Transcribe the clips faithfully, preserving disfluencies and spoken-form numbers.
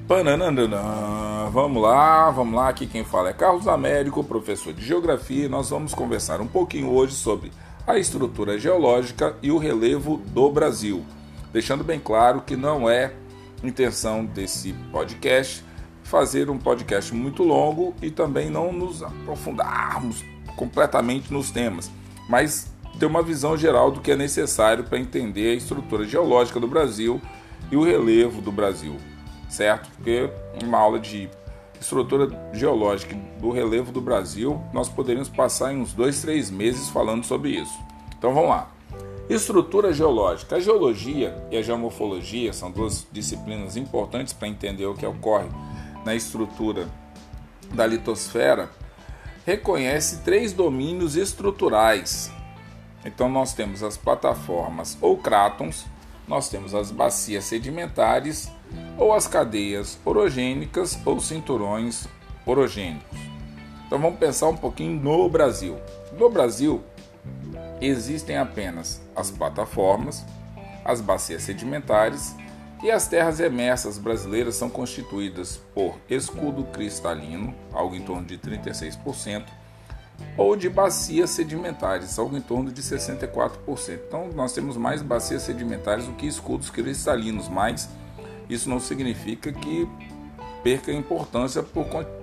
Pananana. Vamos lá, vamos lá, aqui quem fala é Carlos Américo, professor de Geografia, e nós vamos conversar um pouquinho hoje sobre a estrutura geológica e o relevo do Brasil, deixando bem claro que não é intenção desse podcast fazer um podcast muito longo e também não nos aprofundarmos completamente nos temas, mas ter uma visão geral do que é necessário para entender a estrutura geológica do Brasil e o relevo do Brasil, certo? Porque uma aula de estrutura geológica do relevo do Brasil, nós poderíamos passar em uns dois, três meses falando sobre isso. Então vamos lá. Estrutura geológica. A geologia e a geomorfologia são duas disciplinas importantes para entender o que ocorre na estrutura da litosfera. Reconhece três domínios estruturais. Então nós temos as plataformas ou crátons, nós temos as bacias sedimentares ou as cadeias orogênicas ou cinturões orogênicos. Então vamos pensar um pouquinho no Brasil. No Brasil existem apenas as plataformas, as bacias sedimentares e as terras emersas brasileiras são constituídas por escudo cristalino, algo em torno de trinta e seis por cento, ou de bacias sedimentares, algo em torno de sessenta e quatro por cento. Então nós temos mais bacias sedimentares do que escudos cristalinos, mas isso não significa que perca importância por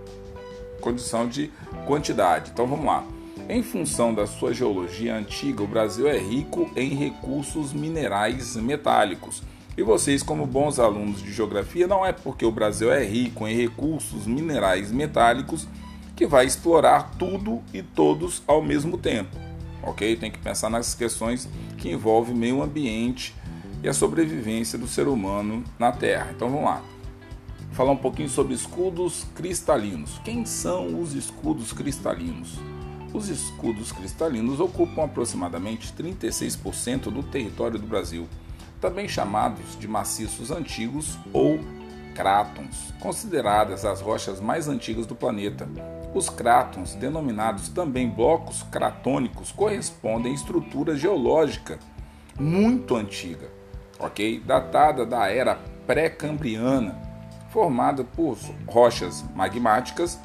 condição de quantidade. Então vamos lá. Em função da sua geologia antiga, o Brasil é rico em recursos minerais metálicos. E vocês, como bons alunos de geografia, não é porque o Brasil é rico em recursos minerais metálicos que vai explorar tudo e todos ao mesmo tempo, ok? Tem que pensar nas questões que envolvem meio ambiente e a sobrevivência do ser humano na Terra. Então vamos lá, falar um pouquinho sobre escudos cristalinos. Quem são os escudos cristalinos? Os escudos cristalinos ocupam aproximadamente trinta e seis por cento do território do Brasil, também chamados de maciços antigos ou crátons, consideradas as rochas mais antigas do planeta. Os crátons, denominados também blocos cratônicos, correspondem à estrutura geológica muito antiga, ok? Datada da era pré-cambriana, formada por rochas magmáticas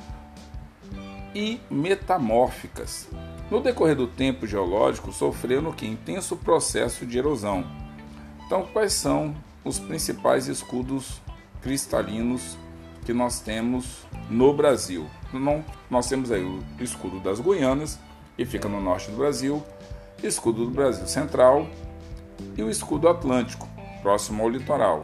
e metamórficas. No decorrer do tempo geológico, sofreram que intenso processo de erosão. Então, quais são os principais escudos cristalinos que nós temos no Brasil? Não, nós temos aí o escudo das Guianas, que fica no norte do Brasil, escudo do Brasil Central e o escudo Atlântico, próximo ao litoral.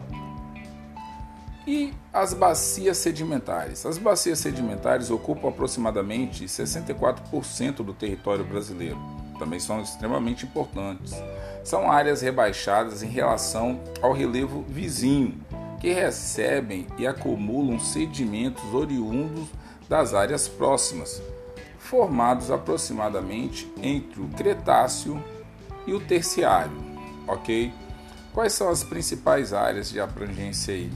E as bacias sedimentares. As bacias sedimentares ocupam aproximadamente sessenta e quatro por cento do território brasileiro. Também são extremamente importantes. São áreas rebaixadas em relação ao relevo vizinho, que recebem e acumulam sedimentos oriundos das áreas próximas, formados aproximadamente entre o Cretáceo e o Terciário, ok? Quais são as principais áreas de abrangência aí?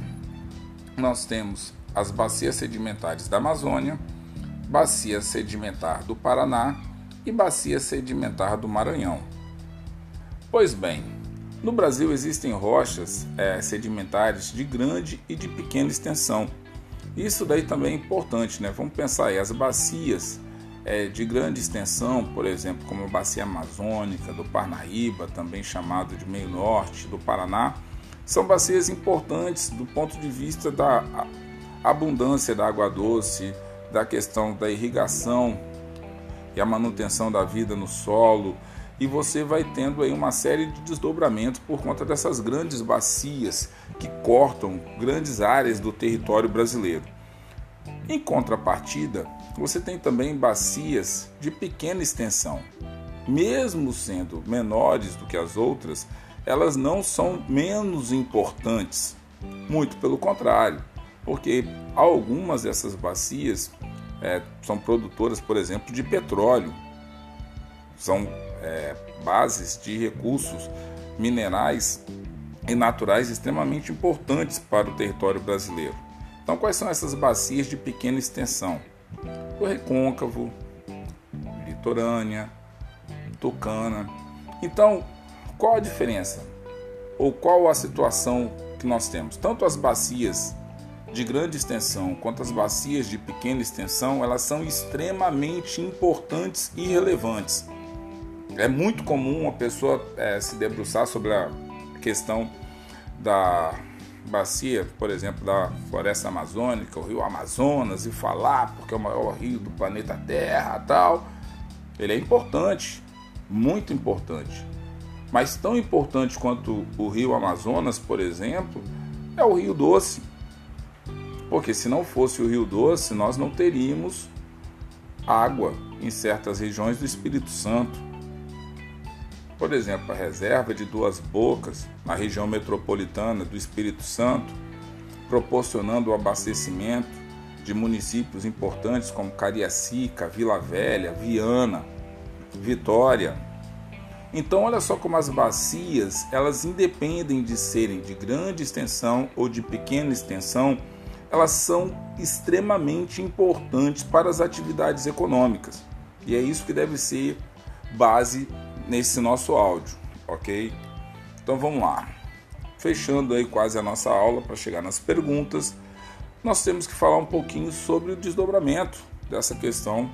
Nós temos as bacias sedimentares da Amazônia, bacia sedimentar do Paraná e bacia sedimentar do Maranhão. Pois bem, no Brasil existem rochas é, sedimentares de grande e de pequena extensão. Isso daí também é importante, né? Vamos pensar aí, as bacias é, de grande extensão, por exemplo, como a bacia amazônica do Parnaíba, também chamado de Meio Norte do Paraná, são bacias importantes do ponto de vista da abundância da água doce, da questão da irrigação e a manutenção da vida no solo, e você vai tendo aí uma série de desdobramentos por conta dessas grandes bacias que cortam grandes áreas do território brasileiro. Em contrapartida, você tem também bacias de pequena extensão. Mesmo sendo menores do que as outras, elas não são menos importantes, muito pelo contrário, porque algumas dessas bacias é, são produtoras, por exemplo, de petróleo, são é, bases de recursos minerais e naturais extremamente importantes para o território brasileiro. Então, quais são essas bacias de pequena extensão? O Recôncavo, Litorânea, Tucana. Então, qual a diferença? Ou qual a situação que nós temos? Tanto as bacias de grande extensão quanto as bacias de pequena extensão, elas são extremamente importantes e relevantes. É muito comum a pessoa é, se debruçar sobre a questão da bacia, por exemplo, da floresta amazônica, o rio Amazonas, e falar porque é o maior rio do planeta Terra, tal. Ele é importante, muito importante. Mas tão importante quanto o rio Amazonas, por exemplo, é o Rio Doce. Porque se não fosse o Rio Doce, nós não teríamos água em certas regiões do Espírito Santo. Por exemplo, a reserva de Duas Bocas, na região metropolitana do Espírito Santo, proporcionando o abastecimento de municípios importantes como Cariacica, Vila Velha, Viana, Vitória. Então, olha só como as bacias, elas independem de serem de grande extensão ou de pequena extensão, elas são extremamente importantes para as atividades econômicas. E é isso que deve ser base nesse nosso áudio, ok? Então vamos lá. Fechando aí quase a nossa aula para chegar nas perguntas, nós temos que falar um pouquinho sobre o desdobramento dessa questão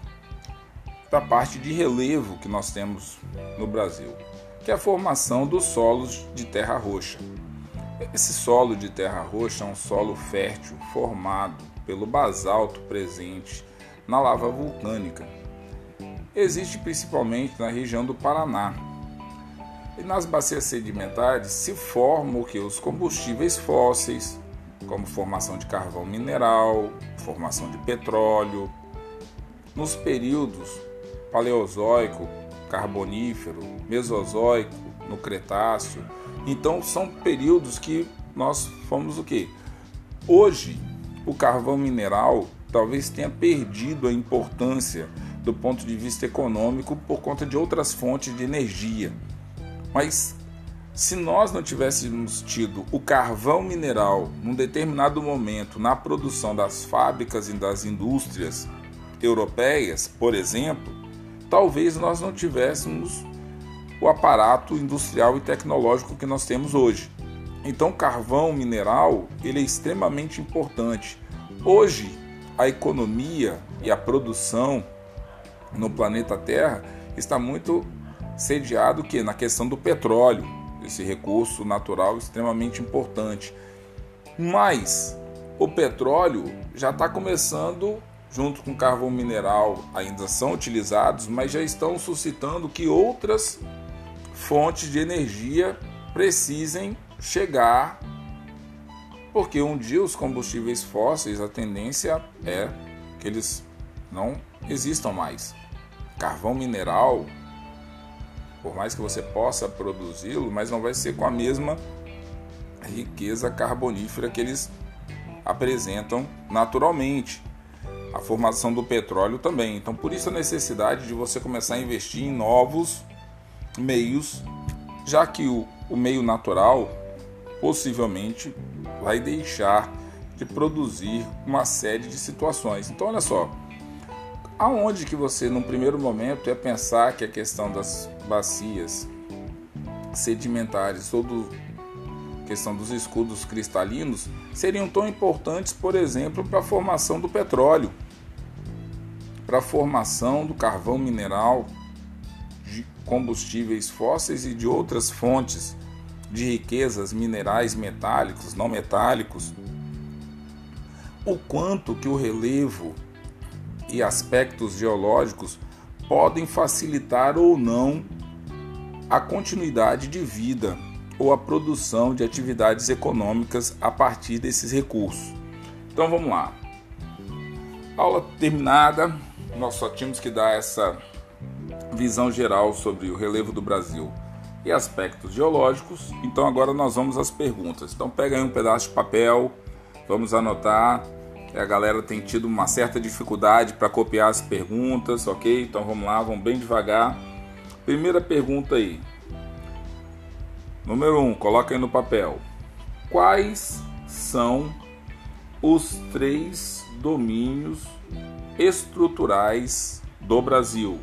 da parte de relevo que nós temos no Brasil, que é a formação dos solos de terra roxa. Esse solo de terra roxa é um solo fértil formado pelo basalto presente na lava vulcânica. Existe principalmente na região do Paraná. E nas bacias sedimentares se formam o que? Os combustíveis fósseis, como formação de carvão mineral, formação de petróleo. Nos períodos Paleozoico, Carbonífero, Mesozoico, no Cretáceo. Então são períodos que nós fomos o quê? Hoje, o carvão mineral talvez tenha perdido a importância do ponto de vista econômico por conta de outras fontes de energia. Mas se nós não tivéssemos tido o carvão mineral num determinado momento na produção das fábricas e das indústrias europeias, por exemplo, talvez nós não tivéssemos o aparato industrial e tecnológico que nós temos hoje. Então, o carvão mineral ele é extremamente importante. Hoje, a economia e a produção no planeta Terra está muito sediado que na questão do petróleo, esse recurso natural extremamente importante. Mas o petróleo já está começando, junto com o carvão mineral, ainda são utilizados, mas já estão suscitando que outras fontes de energia precisem chegar, porque um dia os combustíveis fósseis, a tendência é que eles não existam mais. Carvão mineral, por mais que você possa produzi-lo, mas não vai ser com a mesma riqueza carbonífera que eles apresentam naturalmente. A formação do petróleo também. Então, por isso a necessidade de você começar a investir em novos meios, já que o, o meio natural possivelmente vai deixar de produzir uma série de situações. Então, olha só, aonde que você, num primeiro momento, ia pensar que a questão das bacias sedimentares ou do, questão dos escudos cristalinos seriam tão importantes, por exemplo, para a formação do petróleo, para a formação do carvão mineral, de combustíveis fósseis e de outras fontes de riquezas minerais metálicos, não metálicos. O quanto que o relevo e aspectos geológicos podem facilitar ou não a continuidade de vida ou a produção de atividades econômicas a partir desses recursos. Então vamos lá. Aula terminada, nós só tínhamos que dar essa visão geral sobre o relevo do Brasil e aspectos geológicos. Então agora nós vamos às perguntas. Então pega aí um pedaço de papel, vamos anotar. A galera tem tido uma certa dificuldade para copiar as perguntas, ok? Então vamos lá, vamos bem devagar. Primeira pergunta aí. Número um, coloca aí no papel. Quais são os três domínios estruturais do Brasil?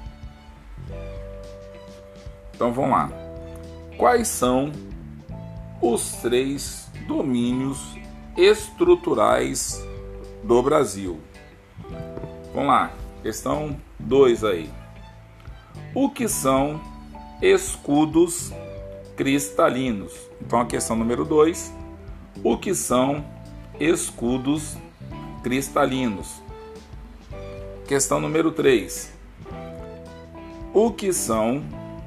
Então vamos lá. Quais são os três domínios estruturais do Brasil. Vamos lá, questão dois aí. O que são escudos cristalinos? Então a questão número dois. O que são escudos cristalinos? Questão número três. O que são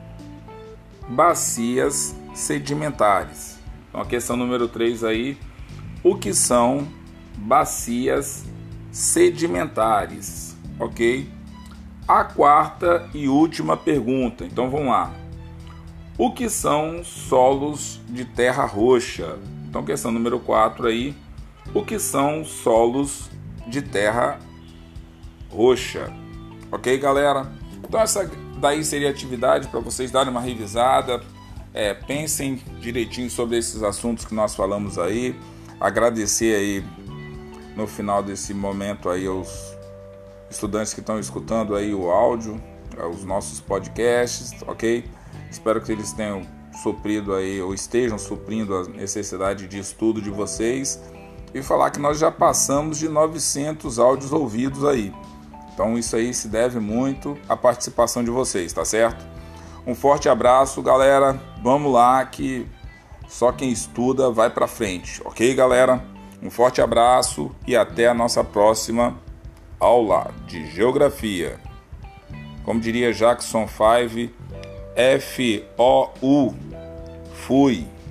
bacias sedimentares? Então a questão número três aí. O que são bacias sedimentares? Ok? A quarta e última pergunta. Então vamos lá. O que são solos de terra roxa? Então questão número quatro aí. O que são solos de terra roxa? Ok, galera? Então essa daí seria a atividade para vocês darem uma revisada. É, pensem direitinho sobre esses assuntos que nós falamos aí. Agradecer aí no final desse momento aí aos estudantes que estão escutando aí o áudio, os nossos podcasts, ok? Espero que eles tenham suprido aí, ou estejam suprindo a necessidade de estudo de vocês, e falar que nós já passamos de novecentos áudios ouvidos aí. Então isso aí se deve muito à participação de vocês, tá certo? Um forte abraço, galera. Vamos lá que só quem estuda vai pra frente, ok, galera? Um forte abraço e até a nossa próxima aula de Geografia. Como diria Jackson five, F O U, fui.